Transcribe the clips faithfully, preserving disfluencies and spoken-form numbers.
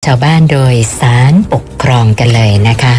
าวบ้านโดยศาลปกครองกันเลยนะคะ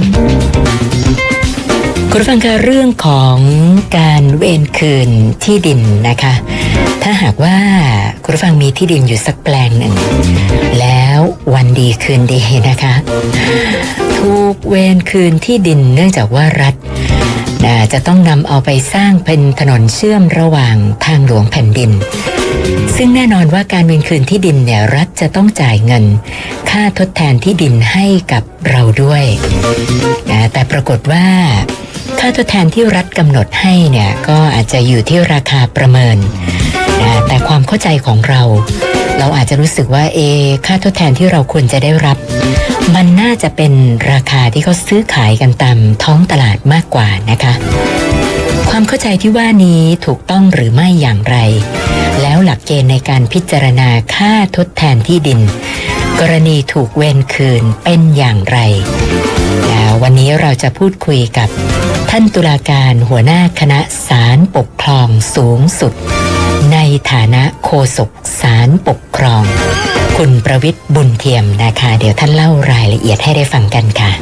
คุณผู้ฟังคะเรื่องของการเวรคืนที่ดินนะคะถ้าหากว่าคุณผู้ฟังมีที่ดินอยู่สักแปลงหนึ่งแล้ววันดีคืนดีนะคะถูกเวรคืนที่ดินเนื่องจากว่ารัฐจะต้องนำเอาไปสร้างเป็นถนนเชื่อมระหว่างทางหลวงแผ่นดินซึ่งแน่นอนว่าการเวรคืนที่ดินเนี่ยรัฐจะต้องจ่ายเงินค่าทดแทนที่ดินให้กับเราด้วยนะแต่ปรากฏว่าค่าทดแทนที่รัฐกำหนดให้เนี่ยก็อาจจะอยู่ที่ราคาประเมินนะแต่ความเข้าใจของเราเราอาจจะรู้สึกว่าเอค่าทดแทนที่เราควรจะได้รับมันน่าจะเป็นราคาที่เขาซื้อขายกันตามท้องตลาดมากกว่านะคะความเข้าใจที่ว่านี้ถูกต้องหรือไม่อย่างไรแล้วหลักเกณฑ์ในการพิจารณาค่าทดแทนที่ดินกรณีถูกเวรคืนเป็นอย่างไรแล้ววันนี้เราจะพูดคุยกับท่านตุลาการหัวหน้าคณะศาลปกครองสูงสุดในฐานะโฆษกศาลปกครองคุณประวิตรบุญเทียมนะคะเดี๋ยวท่านเล่ารายละเอียดให้ได้ฟังกันค่ะ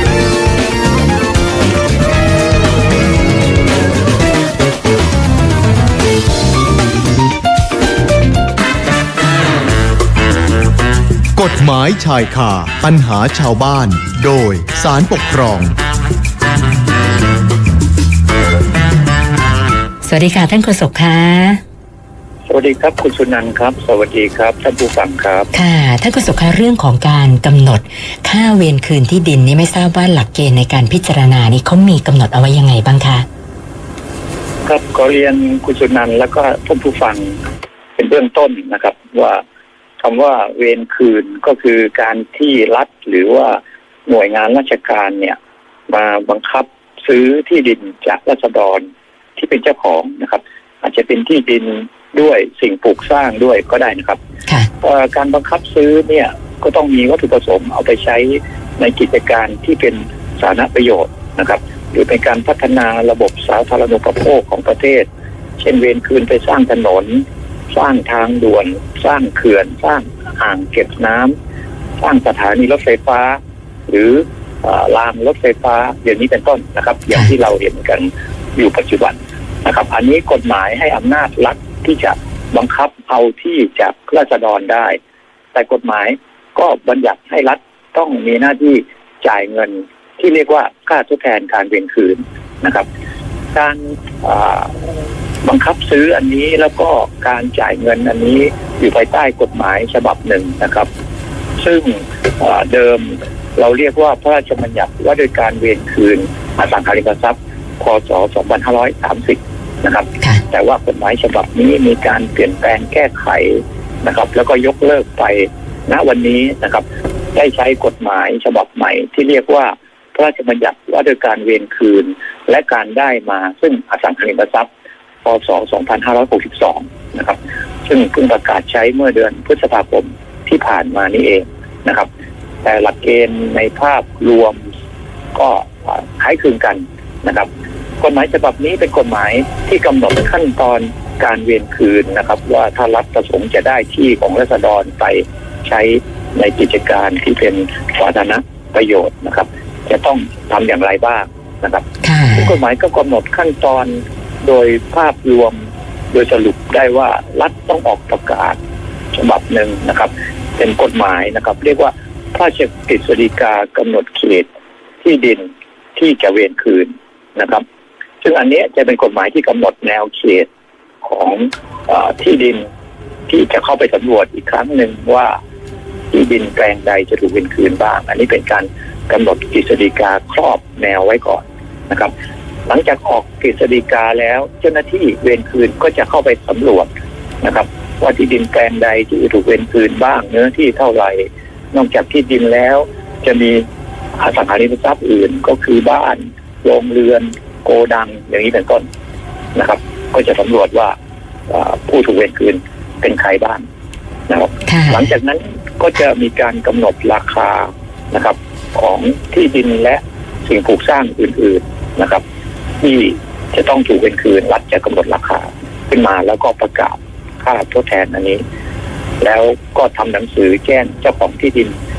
กฎหมายชายคาปัญหาชาวบ้านโดยศาลปกครองสวัสดีค่ะท่านโฆษกค่ะสวัสดีครับคุณสุนันท์ครับสวัสดีครับท่านผู้ฟังครับค่ะท่านโฆษกคะเรื่องของการกำหนดค่าเวรคืนที่ดินนี่ไม่ทราบว่าหลักเกณฑ์ในการพิจารณานี้เขามีกำหนดเอาไว้ยังไงบ้างคะครับขอเรียนคุณสุนันท์แล้วก็ท่านผู้ฟังเป็นเบื้องต้นนะครับว่าคำว่าเวรคืนก็คือการที่รัฐหรือว่าหน่วยงานราชการเนี่ยมาบังคับซื้อที่ดินจากราษฎรที่เป็นเจ้าของนะครับอาจจะเป็นที่ดินด้วยสิ่งปลูกสร้างด้วยก็ได้นะครับการบังคับซื้อเนี่ยก็ต้องมีวัตถุประสงค์เอาไปใช้ในกิจการที่เป็นสาธารณประโยชน์นะครับหรือเป็นการพัฒนาระบบสาธารณูปโภคของประเทศเช่นเวรคืนไปสร้างถนนสร้างทางด่วนสร้างเขื่อนสร้างอ่างเก็บน้ำสร้างสถานีรถไฟฟ้าหรือรางรถไฟฟ้าอย่างนี้เป็นต้นนะครับอย่างที่เราเห็นกันอยู่ปัจจุบันนะครับอันนี้กฎหมายให้อำนาจรัฐที่จะบังคับเอาที่จากราษฎรได้แต่กฎหมายก็บัญญัติให้รัฐต้องมีหน้าที่จ่ายเงินที่เรียกว่าค่าทดแทนการเวรคืนนะครับการบังคับซื้ออันนี้แล้วก็การจ่ายเงินอันนี้อยู่ภายใต้กฎหมายฉบับหนึ่งนะครับซึ่งเดิมเราเรียกว่าพระราชบัญญัติว่าโดยการเวรคืนอสังหาริมทรัพย์พ.ศ. สองพันห้าร้อยสามสิบนะครับแต่ว่ากฎหมายฉบับนี้มีการเปลี่ยนแปลงแก้ไขนะครับแล้วก็ยกเลิกไปณวันนี้นะครับได้ใช้กฎหมายฉบับใหม่ที่เรียกว่าพระราชบัญญัติว่าโดยการเวรคืนและการได้มาซึ่งอสังหาริมทรัพย์พ.ศ. สองพันห้าร้อยหกสิบสองนะครับซึ่งเพิ่งประกาศใช้เมื่อเดือนพฤษภาคมที่ผ่านมานี้เองนะครับแต่หลักเกณฑ์ในภาพรวมก็คล้ายคลึงกันนะครับกฎหมายฉบับนี้เป็นกฎหมายที่กำหนดขั้นตอนการเวรคืนนะครับว่าถ้ารัฐประสงค์จะได้ที่ของราษฎรไปใช้ในกิจการที่เป็นสาธารณประโยชน์นะครับจะต้องทำอย่างไรบ้างนะครับกฎหมายก็กำหนดขั้นตอนโดยภาพรวมโดยสรุปได้ว่ารัฐต้องออกประกาศฉบับหนึ่งนะครับเป็นกฎหมายนะครับเรียกว่าพระราชกฤษฎีกากำหนดเขตที่ดินที่จะเวรคืนนะครับซึ่งอันนี้จะเป็นกฎหมายที่กำหนดแนวเขตของเอ่อที่ดินที่จะเข้าไปสำรวจอีกครั้งหนึ่งว่าที่ดินแปลงใดจะถูกเวรคืนบ้างอันนี้เป็นการกำหนดกฤษฎีกาครอบแนวไว้ก่อนนะครับหลังจากออกกฤษฎีกาแล้วเจ้าหน้าที่เวรคืนก็จะเข้าไปสำรวจนะครับว่าที่ดินแปลงใดที่ถูกเวรคืนบ้างเนื้อที่เท่าไหร่นอกจากที่ดินแล้วจะมีอสังหาริมทรัพย์อื่นก็คือบ้านโรงเรือนโกดังอย่างนี้เป็นต้นนะครับก็จะสำรวจว่าผู้ถูกเวรคืนเป็นใครบ้างนะครับหลังจากนั้นก็จะมีการกำหนดราคานะครับของที่ดินและสิ่งปลูกสร้างอื่นๆนะครับที่จะต้องถูกเวรคืนรัฐจะกำหนดราคาขึ้นมาแล้วก็ประกาศค่าทดแทนอันนี้แล้วก็ทำหนังสือแจ้งเจ้าของที่ดิน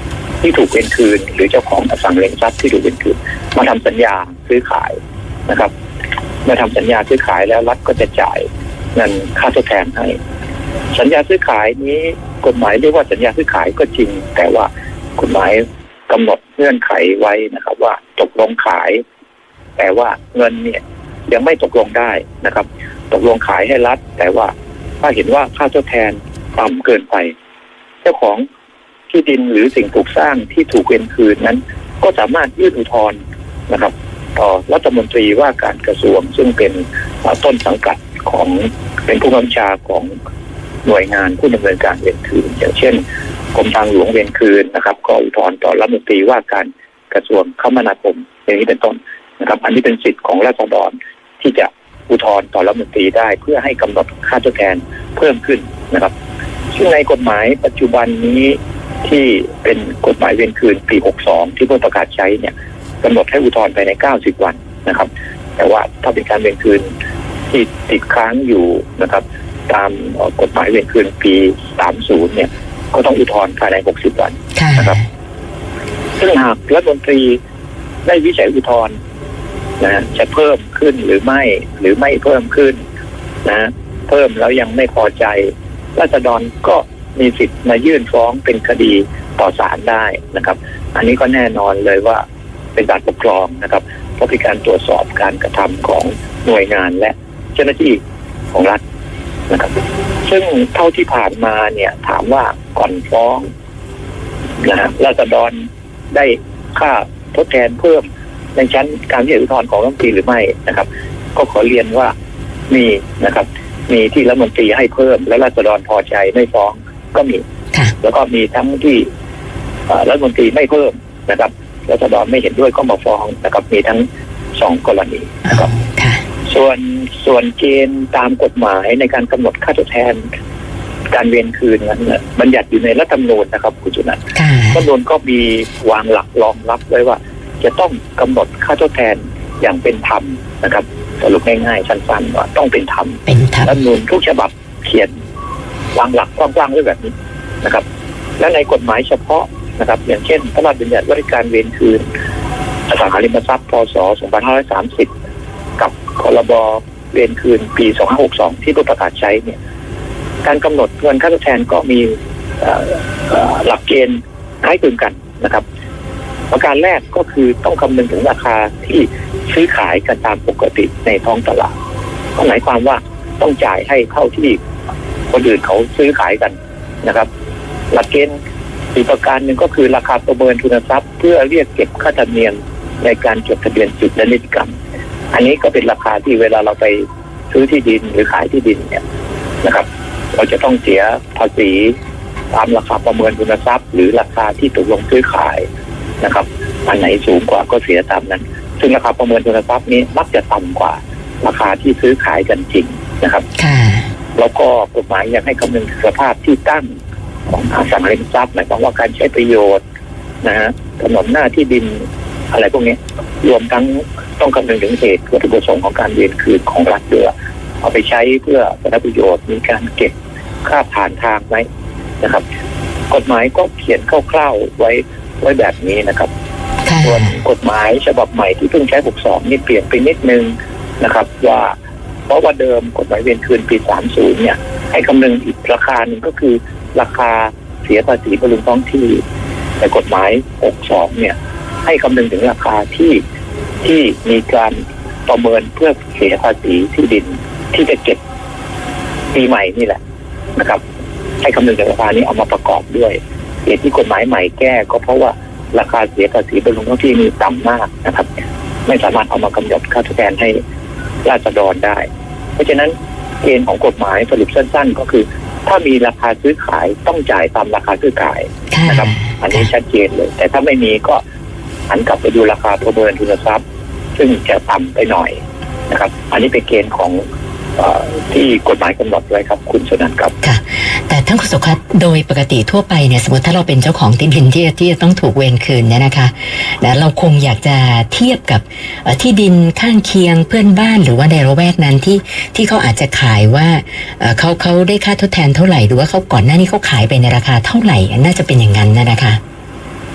ที่ถูกเวรคืนหรือเจ้าของอสังหาริมทรัพย์ที่ถูกเวรคืนมาทำสัญญาซื้อขายนะครับเมื่อทำสัญญาซื้อขายแล้วรัฐก็จะจ่ายเงินค่าทดแทนให้สัญญาซื้อขายนี้กฎหมายเรียกว่าสัญญาซื้อขายก็จริงแต่ว่ากฎหมายกำหนดเงื่อนไขไว้นะครับว่าตกลงขายแต่ว่าเงินเนี่ยยังไม่ตกลงได้นะครับตกลงขายให้รัฐแต่ว่าถ้าเห็นว่าค่าทดแทนต่ำเกินไปเจ้าของที่ดินหรือสิ่งปลูกสร้างที่ถูกเวรคืนนั้นก็สามารถยื่นอุทธรณ์นะครับต่อรัฐมนตรีว่าการกระทรวงซึ่งเป็นต้นสังกัดของเป็นผู้บัญชาของหน่วยงานผู้ดำเนินการเวรคืนอย่างเช่นกรมทางหลวงเวรคืนนะครับก็อุทธรณ์ต่อรัฐมนตรีว่าการกระทรวงคมนาคมอย่างนี้เป็นต้นนะครับอันนี้เป็นสิทธิ์ของราษฎรที่จะอุทธรณ์ต่อรัฐมนตรีได้เพื่อให้กำหนดค่าทดแทนเพิ่มขึ้นนะครับซึ่งในกฎหมายปัจจุบันนี้ที่เป็นกฎหมายเวรคืนปีหกสิบสองที่เพิ่งประกาศใช้เนี่ยกำหนดให้อุทธรณ์ภายในเก้าสิบวันนะครับแต่ว่าถ้าเป็นการเวรคืนที่ติดค้างอยู่นะครับตามกฎหมายเวรคืนปีสามสิบเนี่ยก็ต้องอุทธรณ์ภายในหกสิบวันนะครับซึ่งหากรัฐมนตรีได้วิจัยอุทธรณ์นะจะเพิ่มขึ้นหรือไม่หรือไม่เพิ่มขึ้นนะเพิ่มแล้วยังไม่พอใจราษฎรก็มีสิทธิ์มายื่นฟ้องเป็นคดีต่อศาลได้นะครับอันนี้ก็แน่นอนเลยว่าเป็นการปกครองนะครับเพราะเป็นการตรวจสอบการกระทำของหน่วยงานและเจ้าหน้าที่ของรัฐนะครับซึ่งเท่าที่ผ่านมาเนี่ยถามว่าก่อนฟ้องนะราษฎรได้ค่าทดแทนเพิ่มในชั้นการยื่นอุทธรณ์ของรัฐมนตรีหรือไม่นะครับก็ขอเรียนว่ามีนะครับมีที่รัฐมนตรีให้เพิ่มและราษฎรพอใจไม่ฟ้องก็มีแล้วก็มีทั้งที่รัฐมนตรีไม่เพิ่มนะครับรัษฎรไม่เห็นด้วยก็มาฟ้องนะครับมีทั้งสองกรณีนะครับส่วนส่วนเกณฑ์ตามกฎหมายในการกำหนดค่าทดแทนการเวรคืนนั้นบัญญัติอยู่ในรัฐธรรมนูญนะครับคุณจุนันท์รัฐธรรมนูญก็มีวางหลักรองรับไว้ว่าจะต้องกำหนดค่าทดแทนอย่างเป็นธรรมนะครับสรุปง่ายๆสั้นๆว่าต้องเป็นธรรมรัฐธรรมนูญทุกฉบับเขียนวางหลักกว้างๆไว้แบบนี้นะครับและในกฎหมายเฉพาะนะครับอย่างเช่นพระราชบัญญัติว่าด้วยการเวรคืนอสังหาริมทรัพย์พ.ศ. สองพันห้าร้อยสามสิบกับพรบเวรคืนปีสองพันห้าร้อยหกสิบสองที่เพิ่งประกาศใช้เนี่ยการกำหนดเงินค่าทดแทนก็มีหลักเกณฑ์คล้ายคลึงกันนะครับประการแรกก็คือต้องคำนึงถึงราคาที่ซื้อขายกันตามปกติในท้องตลาดก็หมายความว่าต้องจ่ายให้เท่าที่คนอื่นเขาซื้อขายกันนะครับหลักเกณฑ์อีกประการหนึ่งก็คือราคาประเมินทุนทรัพย์เพื่อเรียกเก็บค่าธรรมเนียมในการจดทะเบียนสิทธิและนิติกรรมอันนี้ก็เป็นราคาที่เวลาเราไปซื้อที่ดินหรือขายที่ดินเนี่ยนะครับเราจะต้องเสียภาษีตามราคาประเมินทุนทรัพย์หรือราคาที่ตกลงซื้อขายนะครับอันไหนสูงกว่าก็เสียตามนั้นซึ่งราคาประเมินทุนทรัพย์นี้มักจะต่ำกว่าราคาที่ซื้อขายกันจริงนะครับแล้วก็กฎหมายยังให้คำนึงถึงสภาพที่ตั้งของอสังหาริมทรัพย์หมายความว่าการใช้ประโยชน์นะฮะถนนหน้าที่ดินอะไรพวกนี้รวมทั้งต้องคำนึงถึงเหตุวัตถุประสงค์ของการเวรคืนของรัฐด้วยเอาไปใช้เพื่อประโยชน์มีการเก็บค่าผ่านทางไหมนะครับกฎหมายก็เขียนคร่าวๆไว้ไว้แบบนี้นะครับส่วนกฎหมายฉบับใหม่ที่เพิ่งใช้หกสิบสองนี่เปลี่ยนไปนิดนึงนะครับว่าเพราะว่าเดิมกฎหมายเวรคืนปีสามสิบเนี่ยให้คำนึงอีกราคาหนึ่งก็คือราคาเสียภาษีบำรุงท้องที่แต่กฎหมายหกสิบสองเนี่ยให้คำนึงถึงราคาที่ที่มีการประเมินเพื่อเสียภาษีที่ดินที่จะเก็บปีใหม่นี่แหละนะครับให้คำนึงถึงราคานี้เอามาประกอบด้วยเหตุที่กฎหมายใหม่แก้ก็เพราะว่าราคาเสียภาษีบำรุงท้องที่มีต่ำมากนะครับไม่สามารถเอามากำหนดค่าทดแทนให้ราษฎรได้เพราะฉะนั้นเกณฑ์ของกฎหมายสรุปสั้นๆก็คือถ้ามีราคาซื้อขายต้องจ่ายตามราคาซื้อขายนะครับอันนี้ชัดเจนเลยแต่ถ้าไม่มีก็หันกลับไปดูราคาประเมินทุนทรัพย์ซึ่งจะต่ำไปหน่อยนะครับอันนี้เป็นเกณฑ์ของที่กฎหมายกำหนดไว้ครับคุณสุนันท์ครับค่ะแต่ท่านโฆษกครับโดยปกติทั่วไปเนี่ยสมมติถ้าเราเป็นเจ้าของที่ดินที่ที่จะต้องถูกเวรคืนเนี่ยนะคะแล้วเราคงอยากจะเทียบกับที่ดินข้างเคียงเพื่อนบ้านหรือว่าในละแวกนั้นที่ที่เขาอาจจะขายว่าเขาเขาได้ค่าทดแทนเท่าไหร่หรือว่าเขาก่อนหน้านี้เขาขายไปในราคาเท่าไหร่น่าจะเป็นอย่างนั้นนะคะ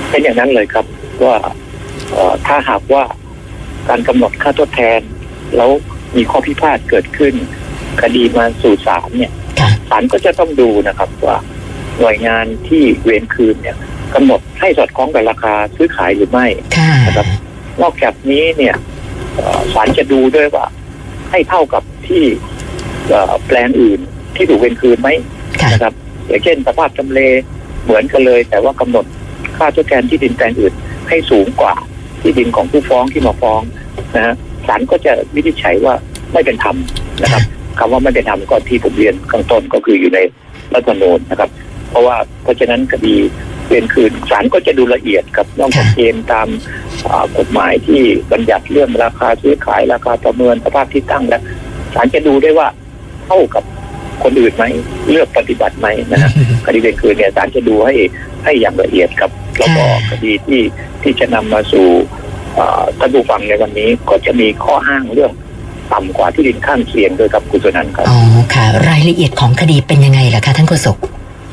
เป็นอย่างนั้นเลยครับว่าถ้าหากว่าการกำหนดค่าทดแทนแล้วมีข้อพิพาทเกิดขึ้นคดีมาสู่ศาลเนี่ยศาลก็จะต้องดูนะครับว่าหน่วยงานที่เวรคืนเนี่ยกำหนดให้สอดคล้องกับราคาซื้อขายหรือไม่นะครับนอกจากนี้เนี่ยศาลจะดูด้วยว่าให้เท่ากับที่แปลงอื่นที่ถูกเวรคืนไหมนะครับอย่างเช่นสภาพทำเลเหมือนกันเลยแต่ว่ากำหนดค่าทดแทนที่ดินแปลงอื่นให้สูงกว่าที่ดินของผู้ฟ้องที่มาฟ้องนะฮะศาลก็จะวินิจฉัยว่าไม่เป็นธรรมนะครับคำว่าไม่เป็นธรรมก็ที่ผมเรียนข้างต้นก็คืออยู่ในรัฐธรรมนูญนะครับเพราะว่าเพราะฉะนั้นคดีเวรคืนศาลก็จะดูละเอียดกับนอกจากเกณฑ์ตามกฎหมายที่บัญญัติเรื่องราคาซื้อขายราคาประเมินสภาพที่ตั้งแล้วศาลจะดูได้ว่าเท่ากับคนอื่นไหมเลือกปฏิบัติไหมนะฮะคดีเวรคืนเนี่ยศาลจะดูให้ให้อย่างละเอียดครับแล้วก็คดีที่ที่จะนำมาสู่ท่านผู้ฟังในวันนี้ก็จะมีข้ออ้างเรื่องต่ำกว่าที่ดินข้างเคียงด้วยครับคุณสุนันท์ครับอ๋อค่ะรายละเอียดของคดีเป็นยังไงล่ะคะท่านโฆษก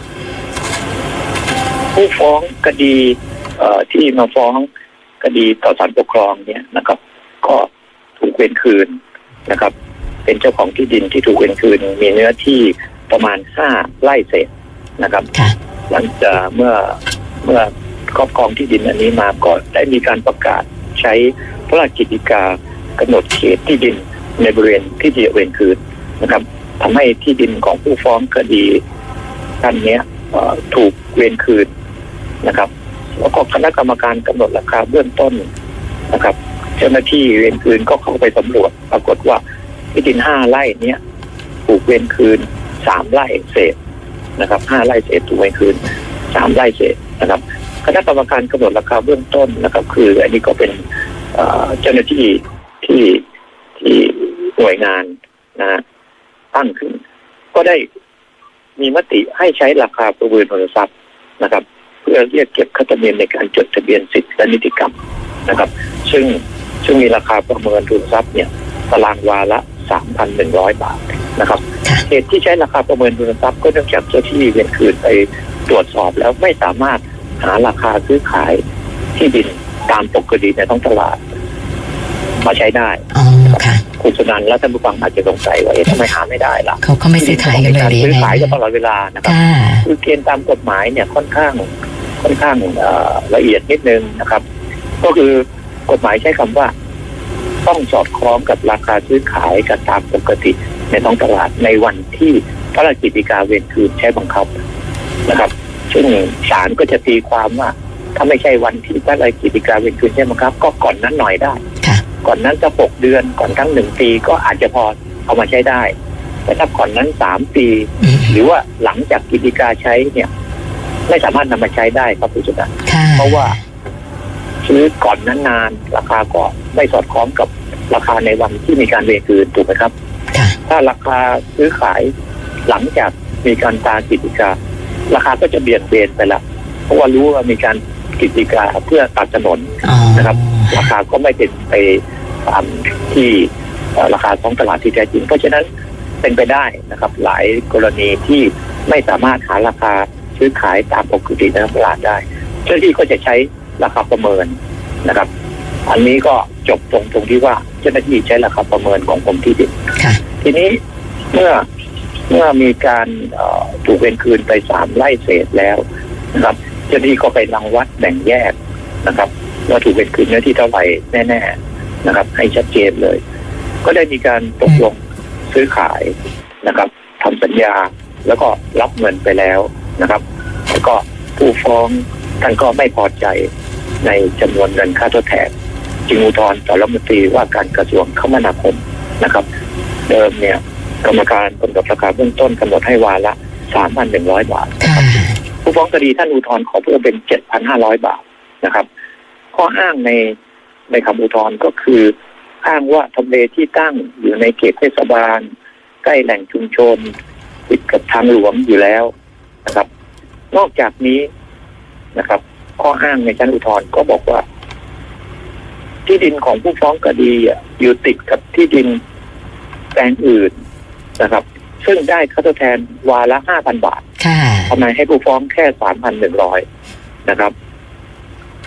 ผู้ฟ้องคดีที่มาฟ้องคดีต่อศาลปกครองเนี่ยนะครับก็ถูกเวรคืนนะครับเป็นเจ้าของที่ดินที่ถูกเวรคืนมีเนื้อที่ประมาณห้าไร่เศษนะครับหลังจากเมื่อเมื่อครอบครองที่ดินอันนี้มาก็ได้มีการประกาศใช้พระราชกิจฎีกากำหนดเขตที่ดินในบริเวณที่จะเวรคืนนะครับทำให้ที่ดินของผู้ฟ้องคดีท่านนี้ถูกเวรคืนนะครับแล้วก็คณะกรรมการกำหนดราคาเบื้องต้นนะครับเจ้าหน้าที่เวรคืนก็เข้าไปสำรวจปรากฏว่าที่ดินห้าไร่เนี้ยถูกเวรคืนสามไร่เศษนะครับห้าไร่เศษถูกเวรคืนสามไร่เศษนะครับคณะกรรมการกำหนดราคาเบื้องต้นนะครับคืออันนี้ก็เป็นเจ้าหน้าที่ที่ที่หน่วยงานนะตั้งขึ้นก็ได้มีมติให้ใช้ราคาประเมินมูลทรัพย์นะครับเพื่อเรียกเก็บค่าธรรมเนียมในการจดทะเบียนสิทธิและนิติกรรมนะครับซึ่งซึ่งมีราคาประเมินมูลทรัพย์เนี่ยตารางวาละ สามพันหนึ่งร้อย บาทนะครับเหตุที่ใช้ราคาประเมินมูลทรัพย์ก็เนื่องจากเจ้าที่เวรคืนไปตรวจสอบแล้วไม่สามารถหาราคาซื้อขายที่ดินตามปกติในท้องตลาดมาใช้ได้คุณสุนันท์และท่านผู้ฟังอาจจะสงสัยว่าทำไมหาไม่ได้ล่ะเขาเขาไม่ซื้อขายกันเลยหรือยังไงซื้อขายกันตลอดเวลานะครับคือเกณฑ์ตามกฎหมายเนี่ยค่อนข้างค่อนข้างละเอียดนิดนึงนะครับก็คือกฎหมายใช้คำว่าต้องสอดคล้องกับราคาซื้อขายกันตามปกติในท้องตลาดในวันที่พระราชกิจฎีกาเวรคืนใช้บังคับนะครับซึ่งศาลก็จะตีความว่าถ้าไม่ใช่วันที่พระราชกิจฎีกาเวรคืนใช่ไหมครับก็ก่อนนั้นหน่อยได้ก่อนนั้นจะหกเดือนก่อนทั้งหนึ่งปีก็อาจจะพอเอามาใช้ได้แต่ถ้าก่อนนั้นสามปีหรือว่าหลังจากกิจฎีกาใช้เนี่ยไม่สามารถนำมาใช้ได้ครับผู้ชมเพราะว่าซื้อก่อนนั้นนานราคาก็ไม่สอดคล้องกับราคาในวันที่มีการเวรคืนถูกไหมครับถ้าราคาซื้อขายหลังจากมีการตามกิจฎีการาคาก็จะเบี่ยงเบนไปละเพราะว่ารู้ว่ามีการกิจฎีกาเพื่อตัดถนนนะครับราคาก็ไม่เป็นไปตามที่ราคาท้องตลาดที่แท้จริงเพราะฉะนั้นเป็นไปได้นะครับหลายกรณีที่ไม่สามารถหาราคาซื้อขายตามปกติในตลาดได้เจ้าหน้าที่ก็จะใช้ราคาประเมินนะครับอันนี้ก็จบตรงตรงที่ว่าเจ้าหน้าที่ใช้ราคาประเมินของกรมที่ดินทีนี้เมื่อเมื่อมีการถูกเวรคืนไปสามไร่เศษแล้วนะครับเจ้าหน้าที่ก็ไปรังวัดแบ่งแยกนะครับว่าถูกเวรคืนเนื้อที่เท่าไหร่แน่ๆนะครับให้ชัดเจนเลยก็ได้มีการตกลงซื้อขายนะครับทำสัญญาแล้วก็รับเงินไปแล้วนะครับแล้วก็ผู้ฟ้องท่านก็ไม่พอใจในจำนวนเงินค่าทดแทนจึงอุทธรณ์ต่อรัฐมนตรีว่าการกระทรวงคมนาคมนะครับเดิมเนี่ยกรรมการกำหนดราคาเบื้องต้นกำหนดให้วาละ สามพันหนึ่งร้อย บาทนะครับผู้ฟ้องคดีท่านอุทธรณ์ขอเพิ่มเป็น เจ็ดพันห้าร้อย บาทนะครับข้ออ้างในในคำอุทธรณ์ก็คืออ้างว่าทำเลที่ตั้งอยู่ในเขตเทศบาลใกล้แหล่งชุมชนติดกับทางหลวงอยู่แล้วนะครับนอกจากนี้นะครับข้ออ้างในชั้นอุทธรณ์ก็บอกว่าที่ดินของผู้ฟ้องคดีอยู่ติดกับที่ดินแปลงอื่นนะครับซึ่งได้ค่าทดแทนวาละ ห้าพัน บาททำไมให้ผู้ฟ้องแค่ สามพันหนึ่งร้อย นะครับ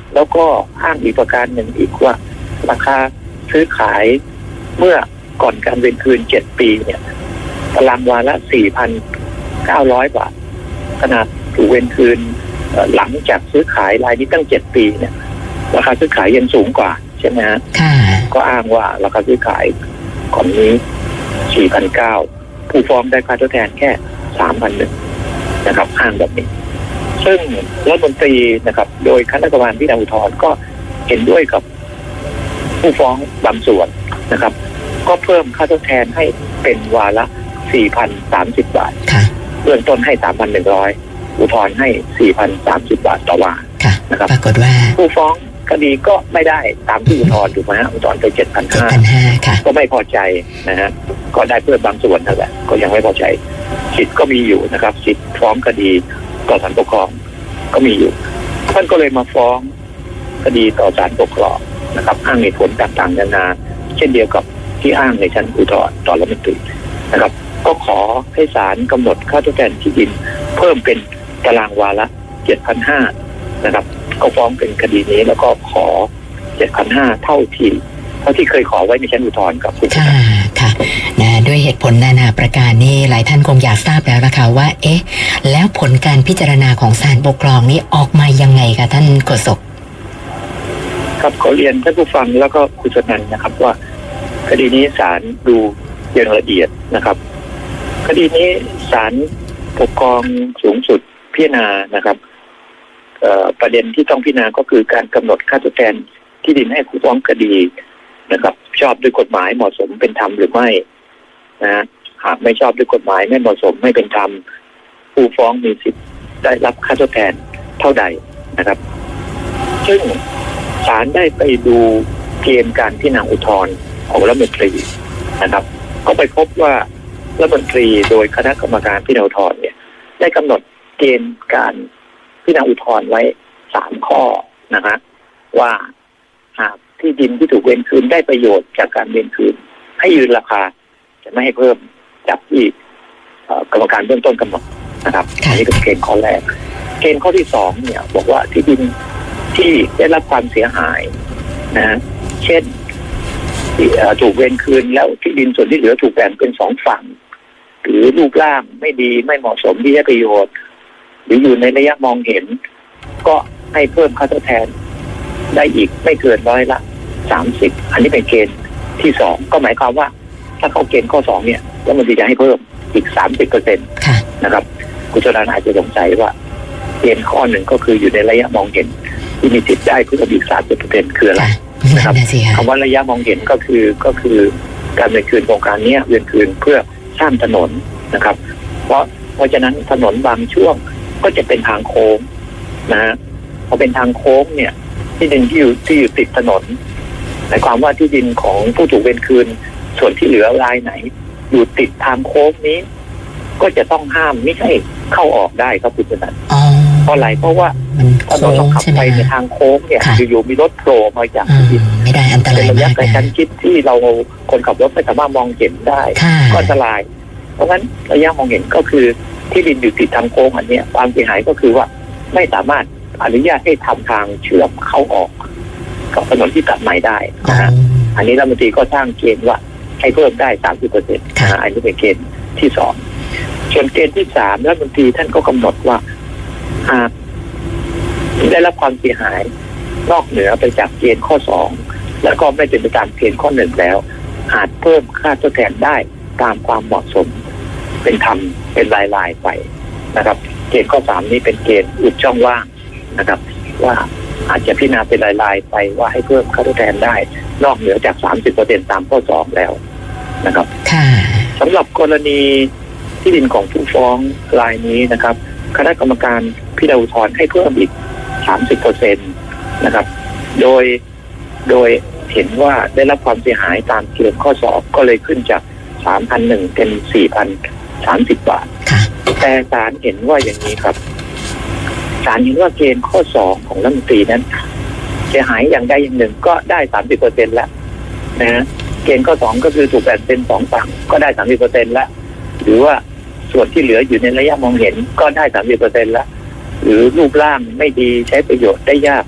แล้วก็อ้างอีกประการหนึ่งอีกว่าราคาซื้อขายเมื่อก่อนการเวรคืนเจ็ดปีเนี่ยตารางวาละ สี่พันเก้าร้อย บาทขนาดถูกเวรคืนหลังจากซื้อขายรายนี้ตั้งเจ็ดปีเนี่ยราคาซื้อขายยังสูงกว่าใช่ไหมฮะก็อ้างว่าราคาซื้อขายก่อนนี้ สี่พันเก้าร้อย ผู้ฟ้องได้ค่าทดแทนแค่ สามพันหนึ่ง นะครับอ้างแบบนี้ซึ่งรัฐมนตรีนะครับโดยคณะกรรมการพิจารณาอุทธรณ์ก็เห็นด้วยกับผู้ฟ้องบางส่วนนะครับก็เพิ่มค่าทดแทนให้เป็นวาระ สี่พันสามสิบ บาทเบื้องต้นให้ สามพันหนึ่งร้อย อุทธรณ์ให้ สี่พันสามสิบ บาทต่อวานะครับปรากฏว่าผู้ฟ้องคดีก็ไม่ได้ตามที่อุทธรณ์ถูกไหมฮะอุทธรณ์ไป เจ็ดพันห้าร้อย ก็ไม่พอใจนะฮะก็ได้เพิ่มบางส่วนนั่นแหละก็ยังไม่พอใจสิทธิ์ก็มีอยู่นะครับสิทธิ์ฟ้องคดีต่อศาลปกครองก็มีอยู่ท่านก็เลยมาฟ้องคดีต่อศาลปกครองนะครับอ้างเหตุผลต่างๆนานาเช่นเดียวกับที่อ้างในชั้นอุทธรณ์ต่อรัฐมนตรีนะครับก็ขอให้ศาลกำหนดค่าทดแทนที่ดินเพิ่มเป็นตารางวาละ เจ็ดพันห้าร้อย นะครับก็ฟ้องเป็นคดีนี้แล้วก็ขอ เจ็ดพันห้าร้อย เท่าที่เท่าที่เคยขอไว้ในชั้นอุทธรณ์กับคุณค่ะค่ะนะด้วยเหตุผลนานาประการนี่หลายท่านคงอยากทราบแล้วนะคะว่าเอ๊ะแล้วผลการพิจารณาของศาลปกครองนี้ออกมายังไงคะท่านโฆษกครับขอเรียนท่านผู้ฟังแล้วก็คุณชนันท์นะครับว่าคดีนี้ศาลดูอย่างละเอียดนะครับคดีนี้ศาลปกครองสูงสุดพิจารณานะครับประเด็นที่ต้องพิจารณาก็คือการกำหนดค่าทดแทนที่ดินให้ผู้ฟ้องคดีนะครับชอบด้วยกฎหมายเหมาะสมเป็นธรรมหรือไม่นะหากไม่ชอบด้วยกฎหมายไม่เหมาะสมไม่เป็นธรรมผู้ฟ้องมีสิทธิ์ได้รับค่าทดแทนเท่าใดนะครับซึ่งศาลได้ไปดูเกณฑ์การพิจารณาอุทธรณ์ของรัฐมนตรีนะครับก็ไปพบว่ารัฐมนตรีโดยคณะกรรมการพิจารณาอุทธรณ์เนี่ยได้กำหนดเกณฑ์การพิจารณาอุทธรณ์ไว้สามข้อนะฮะว่าหากที่ดินที่ถูกเวรคืนได้ประโยชน์จากการเวรคืนให้ยืนราคาจะไม่ให้เพิ่มจากที่กรรมการเบื้องต้นกำหนดนะครับอันนี้เป็นเกณฑ์ข้อแรกเกณฑ์ข้อที่สองเนี่ยบอกว่าที่ดินที่ได้รับความเสียหายนะเช่นถูกเวรคืนแล้วที่ดินส่วนที่เหลือถูกแบ่งเป็นสองฝั่งหรือรูปร่างไม่ดีไม่เหมาะสมที่ได้ประโยชน์หรืออยู่ในระยะมองเห็นก็ให้เพิ่มค่าทดแทนได้อีกไม่เกินร้อยละสามสิบอันนี้เป็นเกณฑ์ที่สองก็หมายความว่าถ้าเขาเกณฑ์ข้อสองเนี่ยแล้วมันจะให้เพิ่มอีกสามสิบเปอร์เซ็นต์นะครับคุณชนันท์อาจจะสงสัยว่าเกณฑ์ข้อหนึ่งก็คืออยู่ในระยะมองเห็นที่มีสิทธิ์ได้เพิ่มอีกสามสิบเปอร์เซ็นต์คืออะไรนะครับคำว่าระยะมองเห็นก็คือก็คือการเวรคืนโครงการนี้เวรคืนเพื่อสร้างถนนนะครับเพราะเพราะฉะนั้นถนนบางช่วงก็จะเป็นทางโค้งนะฮะพอเป็นทางโค้งเนี่ยที่ดินที่อยู่ที่อยู่ติดถนนหมายความว่าที่ดินของผู้ถูกเวรคืนส่วนที่เหลือรายไหนอยู่ติดทางโค้งนี้ก็จะต้องห้ามไม่ใช่เข้าออกได้ครับคุณชนันท์เพราะอะไรเพราะว่าถนนเราขับไปในทางโค้งเนี่ยอยู่ๆมีรถโผล่มาจากที่ดินไม่ได้อันตรายมากเป็นระยะกระชั้นชิดที่เราคนขับรถไม่สามารถมองเห็นได้ก็อันตรายเพราะงั้นระยะมองเห็นก็คือที่ดินอยู่ติดทางโค้งอันนี้ความเสียหายก็คือว่าไม่สามารถอนุญาตให้ทำทางเชื่อมเข้าออกกับถนนที่ตัดใหม่ได้นะฮะอันนี้รัฐมนตรีก็สร้างเกณฑ์ว่าให้เพิ่มได้ สามสิบเปอร์เซ็นต์ นะฮะอันนี้เป็นเกณฑ์ที่สองส่วนเกณฑ์ที่สามรัฐมนตรีท่านก็กำหนดว่าหากได้รับความเสียหายนอกเหนือไปจากเกณฑ์ข้อสองแล้วก็ไม่เป็นไปตามเกณฑ์ข้อหนึ่งแล้วอาจเพิ่มค่าทดแทนได้ตามความเหมาะสมเป็นธรรมเป็นรายๆไปนะครับเกณฑ์ข้อสามนี้เป็นเกณฑ์อุดช่องว่างนะครับว่าอาจจะพิจารณาเป็นรายๆไปว่าให้เพิ่มค่าทดแทนได้นอกเหนือจาก สามสิบเปอร์เซ็นต์ ตามข้อสองแล้วนะครับสำหรับกรณีที่ดินของผู้ฟ้องรายนี้นะครับคณะกรรมการพิจารณาอุทธรณ์ให้เพิ่มอีก สามสิบเปอร์เซ็นต์ นะครับโดยโดยเห็นว่าได้รับความเสียหายตามเกณฑ์ข้อสองก็เลยขึ้นจาก สามพันหนึ่งร้อย เป็น สี่พันสามสิบ บาทแต่ศาลเห็นว่าอย่างนี้ครับศาลเห็นว่าเกณฑ์ข้อสองของรัฐมนตรีนั้นเสียหายอย่างใดอย่างหนึ่งก็ได้ สามสิบเปอร์เซ็นต์ แล้วนะฮะเกณฑ์ข้อสองก็คือถูกแบ่งเป็นสองฝั่งก็ได้ สามสิบเปอร์เซ็นต์ แล้วหรือว่าส่วนที่เหลืออยู่ในระยะมองเห็นก็ได้ สามสิบเปอร์เซ็นต์ แล้วหรือรูปร่างไม่ดีใช้ประโยชน์ได้ยาก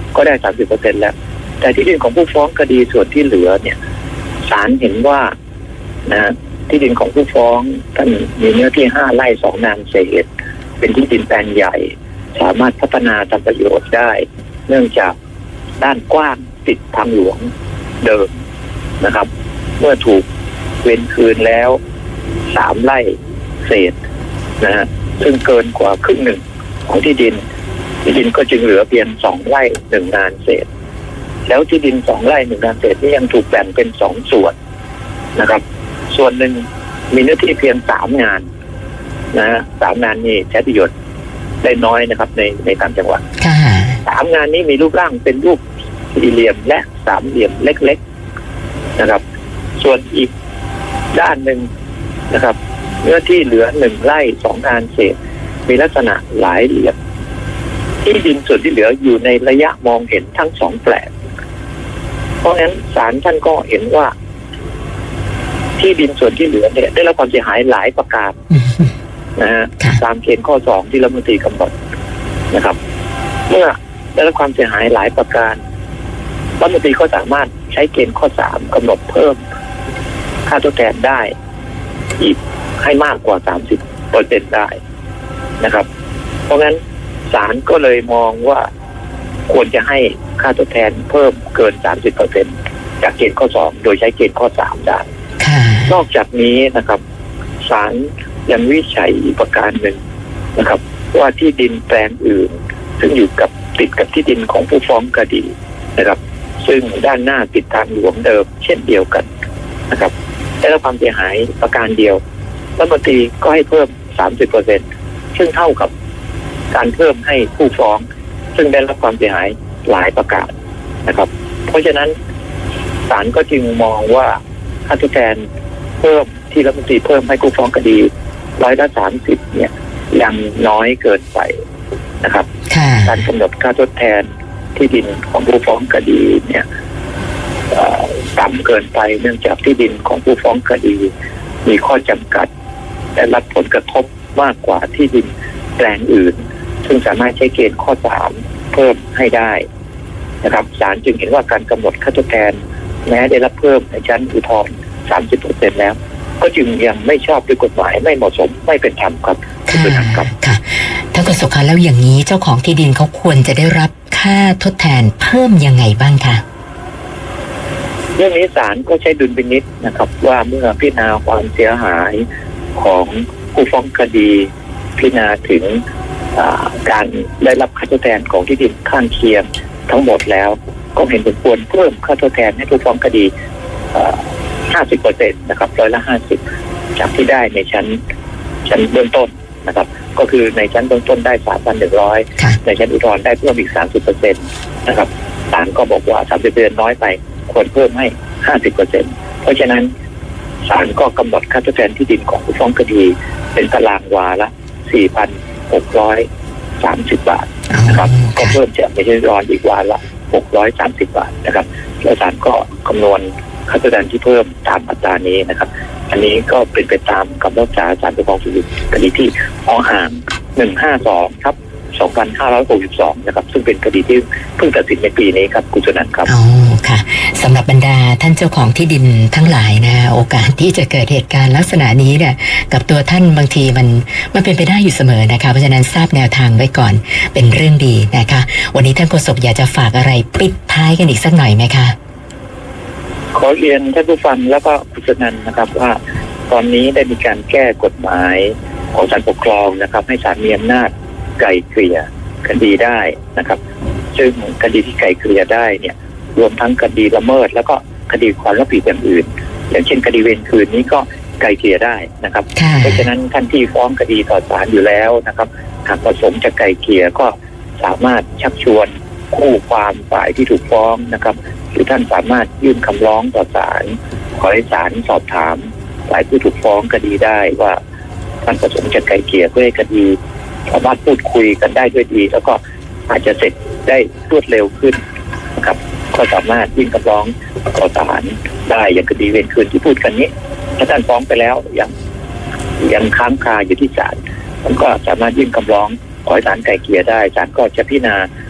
ก็ได้ สามสิบเปอร์เซ็นต์ แล้วแต่ที่ดินของผู้ฟ้องคดีส่วนที่เหลือเนี่ยศาลเห็นว่านะที่ดินของผู้ฟ้องท่านมีเนื้อที่ห้าไร่สองงานเศษเป็นที่ดินแปลงใหญ่สามารถพัฒนาทำประโยชน์ได้เนื่องจากด้านกว้างติดทางหลวงเดิมนะครับเมื่อถูกเว้นคืนแล้วสามไร่เศษนะฮะซึ่งเกินกว่าครึ่งหนึ่งของที่ดินที่ดินก็จึงเหลือเพียงสองไร่หนึ่งงานเศษแล้วที่ดินสองไร่หนึ่งงานเศษนี้ยังถูกแบ่งเป็นสองส่วนนะครับส่วนหนึ่งมีเนื้อที่เพียงสามงานนะฮะสามงานนี้ใช้ประโยชน์ได้น้อยนะครับในในต่างจังหวัดสามงานนี้มีรูปร่างเป็นรูปสี่เหลี่ยมและสามเหลี่ยมเล็กๆนะครับส่วนอีกด้านหนึ่งนะครับเนื้อที่เหลือหนึ่งไร่สองงานเศษมีลักษณะหลายเหลี่ยมที่ดินส่วนที่เหลืออยู่ในระยะมองเห็นทั้งสองแปลงเพราะฉะนั้นศาลท่านก็เห็นว่าที่ดินส่วนที่เหลือเนี่ยได้รับความเสียหายหลายประการนะฮะตามเกณฑ์ข้อสองที่รัฐมนตรีกำหนดนะครับเมื่อได้รับความเสียหายหลายประการรัฐมนตรีก็สามารถใช้เกณฑ์ข้อสามกำหนดเพิ่มค่าทดแทนได้อีกให้มากกว่า สามสิบเปอร์เซ็นต์ ได้นะครับเพราะงั้นศาลก็เลยมองว่าควรจะให้ค่าทดแทนเพิ่มเกิน สามสิบเปอร์เซ็นต์ จากเกณฑ์ข้อสองโดยใช้เกณฑ์ข้อสามได้นอกจากนี้นะครับศาลยังวิจัยอีกประการหนึ่งนะครับว่าที่ดินแปลงอื่นซึ่งอยู่กับติดกับที่ดินของผู้ฟ้องคดีนะครับซึ่งด้านหน้าติดทางหลวงเดิมเช่นเดียวกันนะครับได้รับความเสียหายประการเดียวรัฐมนตรีก็ให้เพิ่ม สามสิบเปอร์เซ็นต์ ซึ่งเท่ากับการเพิ่มให้ผู้ฟ้องซึ่งได้รับความเสียหายหลายประการนะครับเพราะฉะนั้นศาลก็จึงมองว่าค่าทดแทนเพิ่มที่รัฐมนตรีเพิ่มให้ผู้ฟ้องคดีร้อยละสามสิบเนี่ยยังน้อยเกินไปนะครับการกำหนดค่าทดแทนที่ดินของผู้ฟ้องคดีเนี่ยต่ำเกินไปเนื่องจากที่ดินของผู้ฟ้องคดีมีข้อจำกัดและรับผลกระทบมากกว่าที่ดินแปลงอื่นซึ่งสามารถใช้เกณฑ์ข้อสามเพิ่มให้ได้นะครับศาลจึงเห็นว่าการกำหนดค่าทดแทนแม้ได้รับเพิ่มในชั้นอุทธรณ์ สามสิบเปอร์เซ็นต์ แล้วก็จึงยังไม่ชอบด้วยกฎหมายไม่เหมาะสมไม่เป็นธรรมครับค่ะค่ะท่านกฤษณะแล้วอย่างนี้เจ้าของที่ดินเขาควรจะได้รับค่าทดแทนเพิ่มยังไงบ้างคะเรื่องนี้ศาลก็ใช้ดุลพินิจนะครับว่าเมื่อพิจารณาความเสียหายของผู้ฟ้องคดีพิจารณาถึงการได้รับค่าทดแทนของที่ดินข้างเคียงทั้งหมดแล้วก็เห็นสมควรเพิ่มค่าทดแทนให้ผู้ฟ้องคดี ห้าสิบเปอร์เซ็นต์ นะครับร้อยละห้าสิบจากที่ได้ในชั้นชั้นเบื้องต้นนะครับก็คือในชั้นเบื้องต้นได้ สามพันหนึ่งร้อย ในชั้นอุทธรณ์ได้เพิ่มอีก สามสิบเปอร์เซ็นต์ นะครับศาลก็บอกว่า สามสิบเปอร์เซ็นต์ น้อยไปควรเพิ่มให้ ห้าสิบเปอร์เซ็นต์ เพราะฉะนั้นศาลก็กำหนดค่าทดแทนที่ดินของผู้ฟ้องคดีเป็นตารางวาละ สี่พันหกร้อยสามสิบ บาทนะครับก็เพิ่มจากในชั้นอุทธรณ์อีกวาละหกร้อยสามสิบบาทนะครับแล้วศาลก็คำนวณค่าทดแทนที่เพิ่มตามอัตรานี้นะครับอันนี้ก็เป็นไปตามคำพิพากษาศาลปกครองสูงสุดคดีที่ออ่างหนึ่งห้าสองทับสองพันห้าร้อยหกสิบสองนะครับซึ่งเป็นคดีที่เพิ่งตัดสินในปีนี้ครับคุณชนันท์ครับอ๋อค่ะสำหรับบรรดาท่านเจ้าของที่ดินทั้งหลายนะโอกาสที่จะเกิดเหตุการณ์ลักษณะนี้เนี่ยกับตัวท่านบางทีมันมันเป็นไปได้อยู่เสมอนะคะเพราะฉะนั้นทราบแนวทางไว้ก่อนเป็นเรื่องดีนะคะวันนี้ท่านโฆษกอยากจะฝากอะไรปิดท้ายกันอีกสักหน่อยไหมคะขอเรียนท่านผู้ฟังแล้วก็คุณชนันท์นะครับว่าตอนนี้ได้มีการแก้กฎหมายของศาลปกครองนะครับให้ศาลมีอำนาจไกล่เกลี่ยคดีได้นะครับซึ่งคดีที่ไกล่เกลี่ยได้เนี่ยรวมทั้งคดีละเมิดแล้วก็คดีความรับผิดอย่างอื่นอย่างเช่นคดีเวรคืนนี้ก็ไกล่เกลี่ยได้นะครับเพราะฉะนั้นท่านที่ฟ้องคดีต่อศาลอยู่แล้วนะครับหากประสงค์จะไกล่เกลี่ยก็สามารถชักชวนคู่ความฝ่ายที่ถูกฟ้องนะครับหรือท่านสามารถยื่นคำร้องต่อศาลขอให้ศาลสอบถามฝ่ายผู้ถูกฟ้องคดีได้ว่าท่านประสงค์จะไกล่เกลี่ยเพื่อให้คดีสามารถพูดคุยกันได้ด้วยดีแล้วก็อาจจะเสร็จได้รวดเร็วขึ้นนะครับก็สามารถยื่นคำร้องต่อศาลได้อย่างคดีเวรคืนที่พูดกันนี้ถ้าท่านฟ้องไปแล้วยังยังค้างคาอยู่ที่ศาลมันก็สามารถยื่นคำร้องขอให้ศาลไกล่เกลี่ยได้ศาลก็จะพิจารณา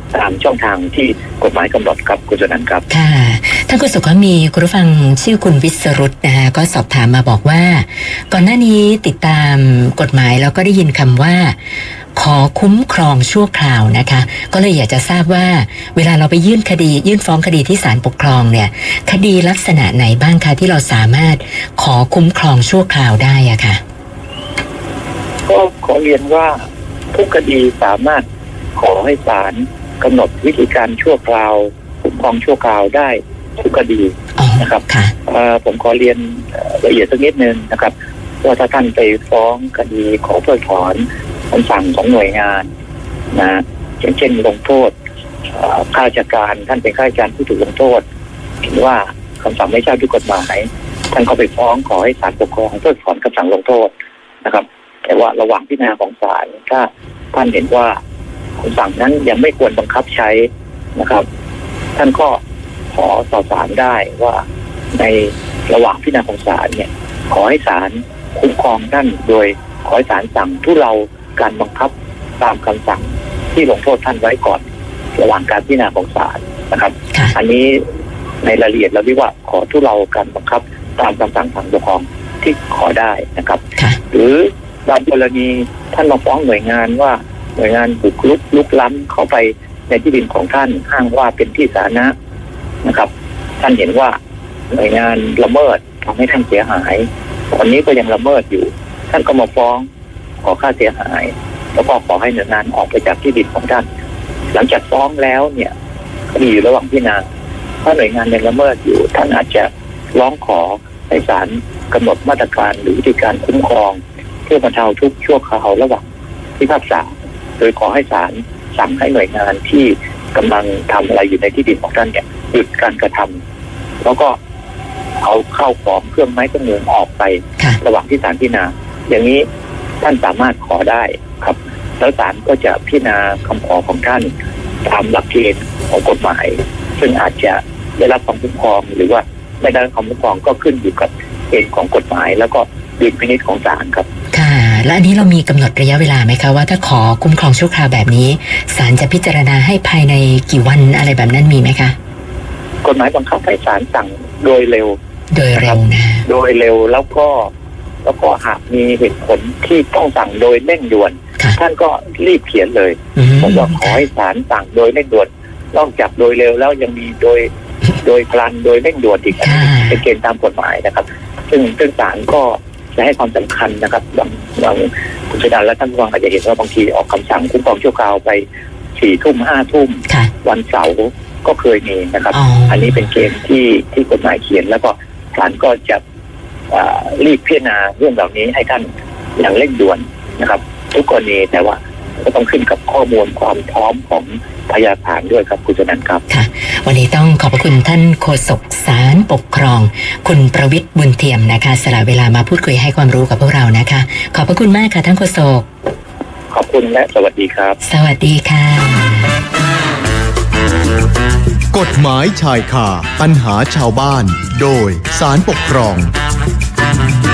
ตามช่องทางที่กฎหมายกำหนดครับคุณชนันท์ครับค่ะท่านโฆษกก็มีคุณผู้ฟังชื่อคุณวิศรุตนะคะก็สอบถามมาบอกว่าก่อนหน้านี้ติดตามกฎหมายแล้วก็ได้ยินคำว่าขอคุ้มครองชั่วคราวนะคะก็เลยอยากจะทราบว่าเวลาเราไปยื่นคดียื่นฟ้องคดีที่ศาลปกครองเนี่ยคดีลักษณะไหนบ้างคะที่เราสามารถขอคุ้มครองชั่วคราวได้อะค่ะก็ขอเรียนว่าทุกคดีสามารถขอให้ศาลกำหนดวิธีการชั่วคราวคุ้มครองชั่วคราวได้ทุกคดีนะครับผมขอเรียนละเอียดสักนิดนึงนะครับว่าถ้าท่านไปฟ้องคดีขอเพิกถอนคำสั่งของหน่วยงานนะอย่างเช่นลงโทษข้าราชการท่านเป็นข้าราชการผู้ถูกลงโทษเห็นว่าคำสั่งไม่ชอบด้วยกฎหมายท่านก็ไปฟ้องขอให้ศาลปกครองเพิกถอนคำสั่งลงโทษนะครับแต่ว่าระหว่างพิจารณาของศาลถ้าท่านเห็นว่าคำสั่งนั้นยังไม่ควรบังคับใช้นะครับท่านก็ขอต่อศาลได้ว่าในระหว่างพิจารณาของศาลเนี่ยขอให้ศาลคุ้มครองท่านโดยขอให้ศาลสั่งทุเลาการบังคับตามคำสั่งที่ลงโทษท่านไว้ก่อนระหว่างการพิจารณาของศาลนะครับอันนี้ในรายละเอียดเราเรียกว่าขอทุเลาการบังคับตามคำสั่งทางปกครองที่ขอได้นะครับหรือบางกรณีท่านมาฟ้องหน่วยงานว่าหน่วยงานบุกรุกลุกล้ำเข้าไปในที่ดินของท่านอ้างว่าเป็นที่สาธารณะนะครับท่านเห็นว่าหน่วยงานละเมิดทำให้ท่านเสียหายตอนนี้ก็ยังละเมิดอยู่ท่านก็มาฟ้องขอค่าเสียหายแล้วก็ขอให้หน่วยงานออกไปจากที่ดินของท่านหลังจากฟ้องแล้วเนี่ยคดีอยู่ระหว่างพิจารณาถ้าหน่วยงานยังละเมิดอยู่ท่านอาจจะร้องขอให้ศาลกำหนดมาตรการหรือวิธีการคุ้มครองเพื่อบรรเทาทุกข์ชั่วคราวระหว่างพิพากษาโดยขอให้ศาลสั่งให้หน่วยงานที่กำลังทำอะไรอยู่ในที่ดินของท่านเนี่ยหยุดการกระทำแล้วก็เอาเข้าของเครื่องไม้เครื่องมือออกไประหว่างที่ศาลพิจารณาอย่างนี้ท่านสามารถขอได้ครับแล้วศาลก็จะพิจารณาคำขอของท่านตามหลักเกณฑ์ของกฎหมายซึ่งอาจจะได้รับความคุ้มครองหรือว่าไม่ได้รับความคุ้มครองก็ขึ้นอยู่กับเกณฑ์ของกฎหมายแล้วก็ดุลพินิจของศาลครับค่ะและอันนี้เรามีกำหนดระยะเวลาไหมคะว่าถ้าขอคุ้มครองชั่วคราวแบบนี้ศาลจะพิจารณาให้ภายในกี่วันอะไรแบบนั้นมีไหมคะกฎหมายบังคับให้ศาลสั่งโดยเร็วโดยเร็วนะโดยเร็วแล้วก็แล้วก็หากมีเหตุผลที่ต้องสั่งโดยเร่งด่วนท่านก็รีบเขียนเลยผมว่าขอให้ศาลสั่งโดยเร่งด่วนนอกจากโดยเร็วแล้วยังมีโดยโดยพลันโดยเร่งด่วนอีกเป็นเกณฑ์ตามกฎหมายนะครับซึ่งซึ่งศาลก็จะให้ความสำคัญนะครับบางบางคุณชนันท์และท่านผู้ฟังอาจจะเห็นว่าบางทีออกคำสั่งคุ้มครองชั่วคราวไปสี่ทุ่มห้าทุ่มวันเสาร์ก็เคยมีนะครับ อ, อันนี้เป็นเกณฑ์ที่ที่กฎหมายเขียนแล้วก็ศาลก็จะรีบพิจารณาเรื่องเหล่านี้ให้ท่านอย่างเร่งด่วนนะครับทุกกรณีแต่ว่าก็ต้องขึ้นกับข้อมูลความพร้อมของพยานฐานด้วยครับคุณชนันท์ครับค่ะวันนี้ต้องขอบพระคุณท่านโฆษกศาลปกครองคุณประวิตรบุญเทียมนะคะสละเวลามาพูดคุยให้ความรู้กับพวกเรานะคะขอบพระคุณมากค่ะท่านโฆษกขอบคุณและสวัสดีครับสวัสดีค่ะกฎหมายชายคาปัญหาชาวบ้านโดยศาลปกครอง